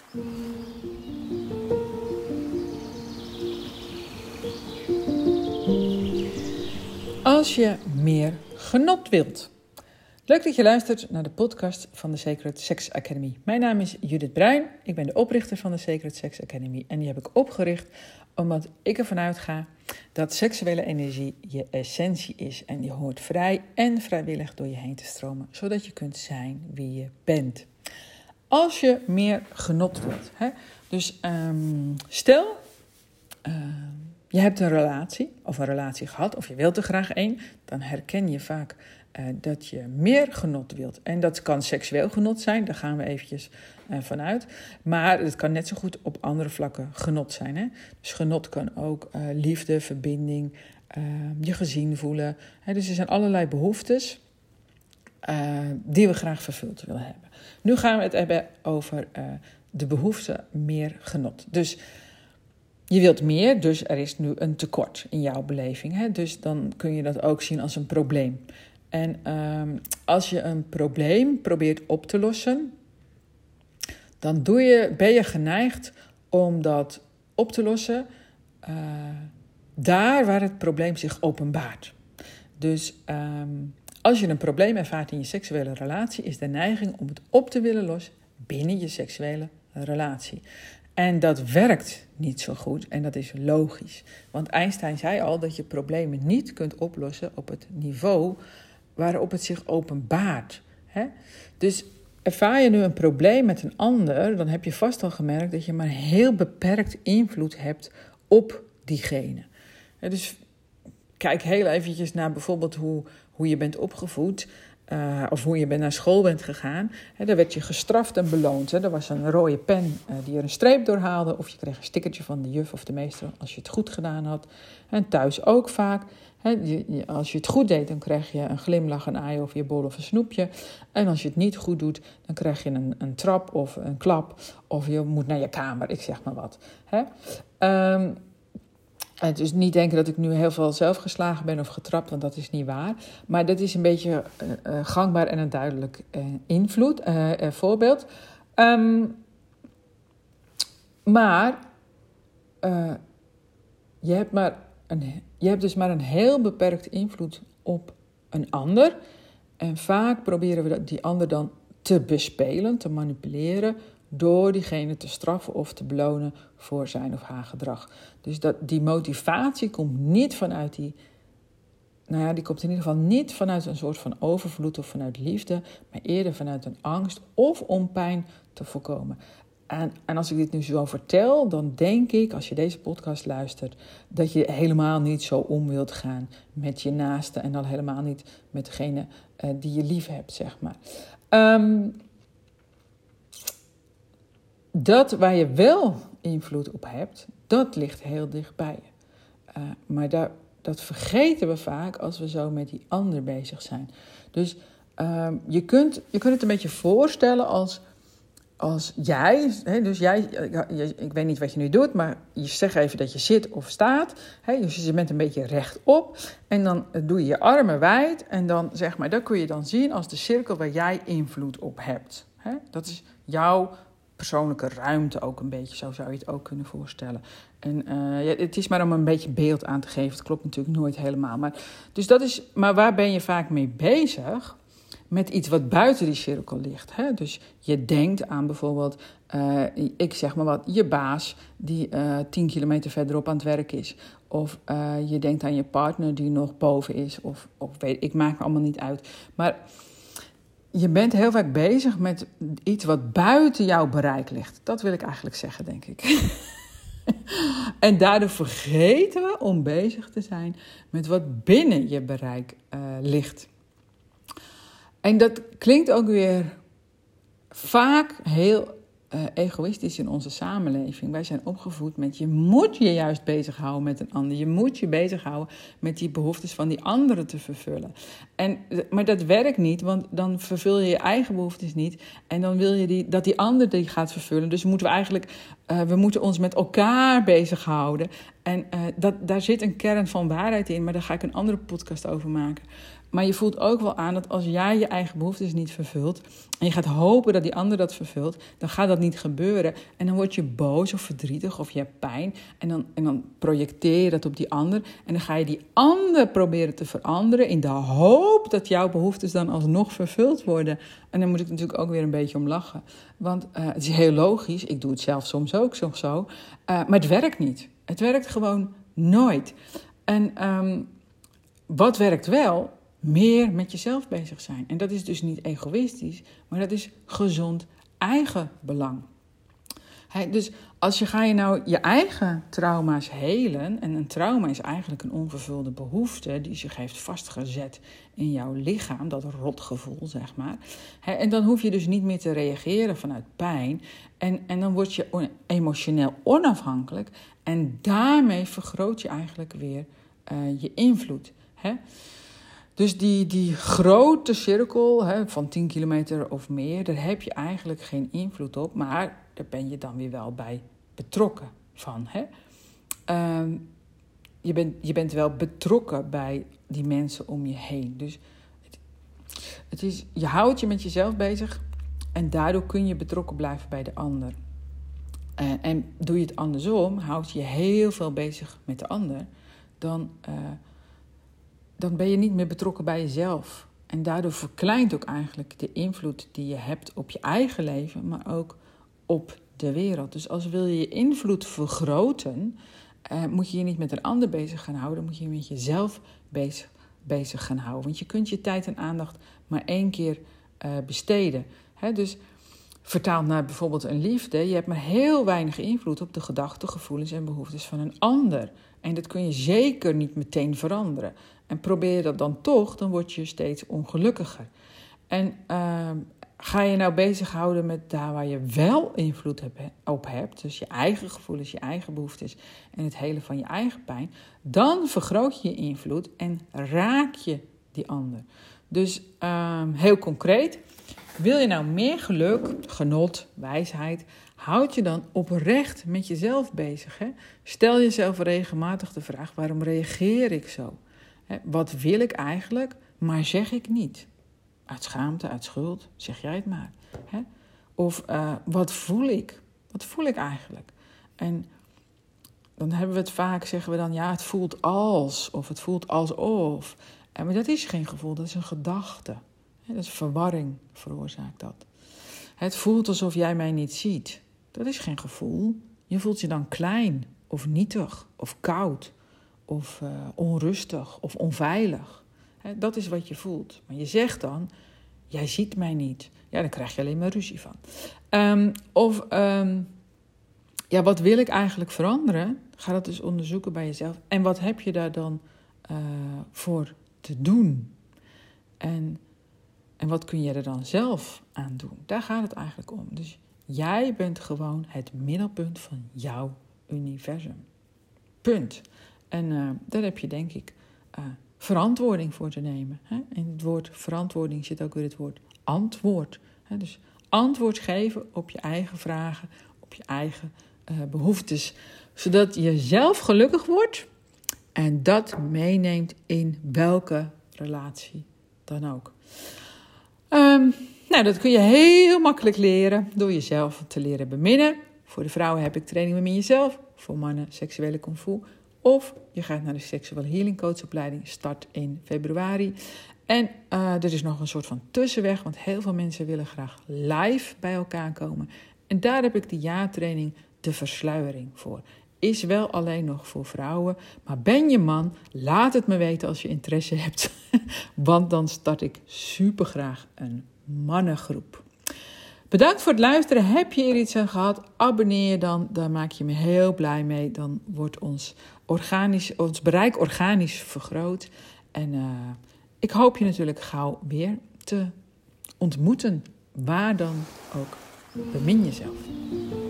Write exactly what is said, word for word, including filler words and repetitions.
Als je meer genot wilt. Leuk dat je luistert naar de podcast van de Sacred Sex Academy. Mijn naam is Judith Bruin, ik ben de oprichter van de Sacred Sex Academy. En die heb ik opgericht omdat ik ervan uitga dat seksuele energie je essentie is. En die hoort vrij en vrijwillig door je heen te stromen, zodat je kunt zijn wie je bent. Als je meer genot wilt. Hè? Dus um, stel... Uh, Je hebt een relatie, of een relatie gehad, of je wilt er graag een. Dan herken je vaak uh, dat je meer genot wilt. En dat kan seksueel genot zijn, daar gaan we eventjes uh, vanuit. Maar het kan net zo goed op andere vlakken genot zijn. Hè? Dus genot kan ook uh, liefde, verbinding, uh, je gezien voelen. Hè? Dus er zijn allerlei behoeftes uh, die we graag vervuld willen hebben. Nu gaan we het hebben over uh, de behoefte meer genot. Dus... Je wilt meer, dus er is nu een tekort in jouw beleving. Hè? Dus dan kun je dat ook zien als een probleem. En um, als je een probleem probeert op te lossen, dan doe je, ben je geneigd om dat op te lossen uh, daar waar het probleem zich openbaart. Dus um, als je een probleem ervaart in je seksuele relatie, is de neiging om het op te willen lossen binnen je seksuele relatie. En dat werkt niet zo goed en dat is logisch. Want Einstein zei al dat je problemen niet kunt oplossen op het niveau waarop het zich openbaart. Hè? Dus ervaar je nu een probleem met een ander, dan heb je vast al gemerkt dat je maar heel beperkt invloed hebt op diegene. Dus kijk heel eventjes naar bijvoorbeeld hoe, hoe je bent opgevoed. Uh, of hoe je bent naar school bent gegaan. He, daar werd je gestraft en beloond. He. Er was een rode pen uh, die er een streep door haalde. Of je kreeg een stickertje van de juf of de meester als je het goed gedaan had. En thuis ook vaak. He, je, je, als je het goed deed, dan krijg je een glimlach, een aai of je bol of een snoepje. En als je het niet goed doet, dan krijg je een, een trap of een klap. Of je moet naar je kamer, ik zeg maar wat. He. Um, En dus niet denken dat ik nu heel veel zelf geslagen ben of getrapt, want dat is niet waar. Maar dat is een beetje uh, uh, gangbaar en een duidelijk uh, invloed, uh, uh, voorbeeld. Um, maar uh, je, hebt maar een, je hebt dus maar een heel beperkt invloed op een ander. En vaak proberen we die ander dan te bespelen, te manipuleren, door diegene te straffen of te belonen voor zijn of haar gedrag. Dus dat, die motivatie komt niet vanuit die... Nou ja, die komt in ieder geval niet vanuit een soort van overvloed of vanuit liefde, maar eerder vanuit een angst of om pijn te voorkomen. En, en als ik dit nu zo vertel, dan denk ik, als je deze podcast luistert, dat je helemaal niet zo om wilt gaan met je naaste en dan helemaal niet met degene uh, die je lief hebt, zeg maar. Um, Dat waar je wel invloed op hebt, dat ligt heel dichtbij je. Uh, maar daar, dat vergeten we vaak als we zo met die ander bezig zijn. Dus uh, je, kunt, je kunt het een beetje voorstellen als, als jij... Hè, dus jij, je, ik weet niet wat je nu doet, maar je zegt even dat je zit of staat. Hè, dus je bent een beetje rechtop. En dan doe je je armen wijd. En dan zeg maar, dat kun je dan zien als de cirkel waar jij invloed op hebt. Hè, dat is jouw persoonlijke ruimte ook een beetje, zo zou je het ook kunnen voorstellen. En uh, ja, het is maar om een beetje beeld aan te geven. Het klopt natuurlijk nooit helemaal. Maar, dus dat is, maar waar ben je vaak mee bezig? Met iets wat buiten die cirkel ligt. Hè? Dus je denkt aan bijvoorbeeld, uh, ik zeg maar wat, je baas die uh, tien kilometer verderop aan het werk is. Of uh, je denkt aan je partner die nog boven is. Of, of weet ik, maakt me allemaal niet uit. Maar je bent heel vaak bezig met iets wat buiten jouw bereik ligt. Dat wil ik eigenlijk zeggen, denk ik. En daardoor vergeten we om bezig te zijn met wat binnen je bereik uh, ligt. En dat klinkt ook weer vaak heel uh, egoïstisch in onze samenleving. Wij zijn opgevoed met je moet je juist bezighouden met een ander. Je moet je bezighouden met die behoeftes van die anderen te vervullen. En, maar dat werkt niet, want dan vervul je je eigen behoeftes niet. En dan wil je die, dat die ander die gaat vervullen. Dus moeten we eigenlijk, uh, we moeten ons met elkaar bezighouden. En uh, dat, daar zit een kern van waarheid in, maar daar ga ik een andere podcast over maken. Maar je voelt ook wel aan dat als jij je eigen behoeftes niet vervult en je gaat hopen dat die ander dat vervult, dan gaat dat niet gebeuren. En dan word je boos of verdrietig of je hebt pijn. En dan, en dan projecteer je dat op die ander. En dan ga je die ander proberen te veranderen in de hoop dat jouw behoeftes dan alsnog vervuld worden. En dan moet ik natuurlijk ook weer een beetje om lachen. Want uh, het is heel logisch, ik doe het zelf soms ook soms zo. Uh, maar het werkt niet. Het werkt gewoon nooit. En um, wat werkt wel? Meer met jezelf bezig zijn. En dat is dus niet egoïstisch, maar dat is gezond eigenbelang. He, dus als je ga je nou je eigen trauma's helen, en een trauma is eigenlijk een onvervulde behoefte die zich heeft vastgezet in jouw lichaam, dat rotgevoel zeg maar. He, en dan hoef je dus niet meer te reageren vanuit pijn en, en dan word je on- emotioneel onafhankelijk en daarmee vergroot je eigenlijk weer uh, je invloed. He. Dus die, die grote cirkel hè, van tien kilometer of meer, daar heb je eigenlijk geen invloed op. Maar daar ben je dan weer wel bij betrokken van. Hè? Uh, je, bent, je bent wel betrokken bij die mensen om je heen. Dus het, het is, je houdt je met jezelf bezig en daardoor kun je betrokken blijven bij de ander. Uh, en doe je het andersom, houd je heel veel bezig met de ander, dan... Uh, dan ben je niet meer betrokken bij jezelf. En daardoor verkleint ook eigenlijk de invloed die je hebt op je eigen leven, maar ook op de wereld. Dus als wil je je invloed vergroten, eh, moet je je niet met een ander bezig gaan houden, moet je je met jezelf bezig, bezig gaan houden. Want je kunt je tijd en aandacht maar één keer uh, besteden. Hè, dus vertaald naar bijvoorbeeld een liefde, je hebt maar heel weinig invloed op de gedachten, gevoelens en behoeftes van een ander. En dat kun je zeker niet meteen veranderen. En probeer je dat dan toch, dan word je steeds ongelukkiger. En uh, ga je nou bezighouden met daar waar je wel invloed op hebt, dus je eigen gevoelens, je eigen behoeftes en het hele van je eigen pijn, dan vergroot je je invloed en raak je die ander. Dus uh, heel concreet, wil je nou meer geluk, genot, wijsheid, houd je dan oprecht met jezelf bezig. Hè? Stel jezelf regelmatig de vraag, waarom reageer ik zo? Hè, wat wil ik eigenlijk, maar zeg ik niet? Uit schaamte, uit schuld, zeg jij het maar. Hè? Of uh, wat voel ik? Wat voel ik eigenlijk? En dan hebben we het vaak, zeggen we dan, ja, het voelt als, of het voelt alsof. En, maar dat is geen gevoel, dat is een gedachte. Hè? Dat is verwarring, veroorzaakt dat. Het voelt alsof jij mij niet ziet. Dat is geen gevoel. Je voelt je dan klein, of nietig, of koud, of uh, onrustig, of onveilig. He, dat is wat je voelt. Maar je zegt dan, jij ziet mij niet. Ja, dan krijg je alleen maar ruzie van. Um, of, um, ja, wat wil ik eigenlijk veranderen? Ga dat dus onderzoeken bij jezelf. En wat heb je daar dan uh, voor te doen? En, en wat kun je er dan zelf aan doen? Daar gaat het eigenlijk om. Dus jij bent gewoon het middelpunt van jouw universum. Punt. En uh, daar heb je denk ik uh, verantwoording voor te nemen. Hè? In het woord verantwoording zit ook weer het woord antwoord. Hè? Dus antwoord geven op je eigen vragen, op je eigen uh, behoeftes. Zodat je zelf gelukkig wordt en dat meeneemt in welke relatie dan ook. Um, nou, dat kun je heel makkelijk leren door jezelf te leren beminnen. Voor de vrouwen heb ik training Bemin Jezelf. Voor mannen seksuele kung fu. Of je gaat naar de Sexual Healing Coach opleiding. Start in februari. En uh, er is nog een soort van tussenweg. Want heel veel mensen willen graag live bij elkaar komen. En daar heb ik de jaartraining De Versluiering voor. Is wel alleen nog voor vrouwen. Maar ben je man, laat het me weten als je interesse hebt. Want dan start ik super graag een mannengroep. Bedankt voor het luisteren. Heb je er iets aan gehad? Abonneer je dan. Daar maak je me heel blij mee. Dan wordt ons, organisch, ons bereik organisch vergroot. En uh, ik hoop je natuurlijk gauw weer te ontmoeten. Waar dan ook. Bemin jezelf.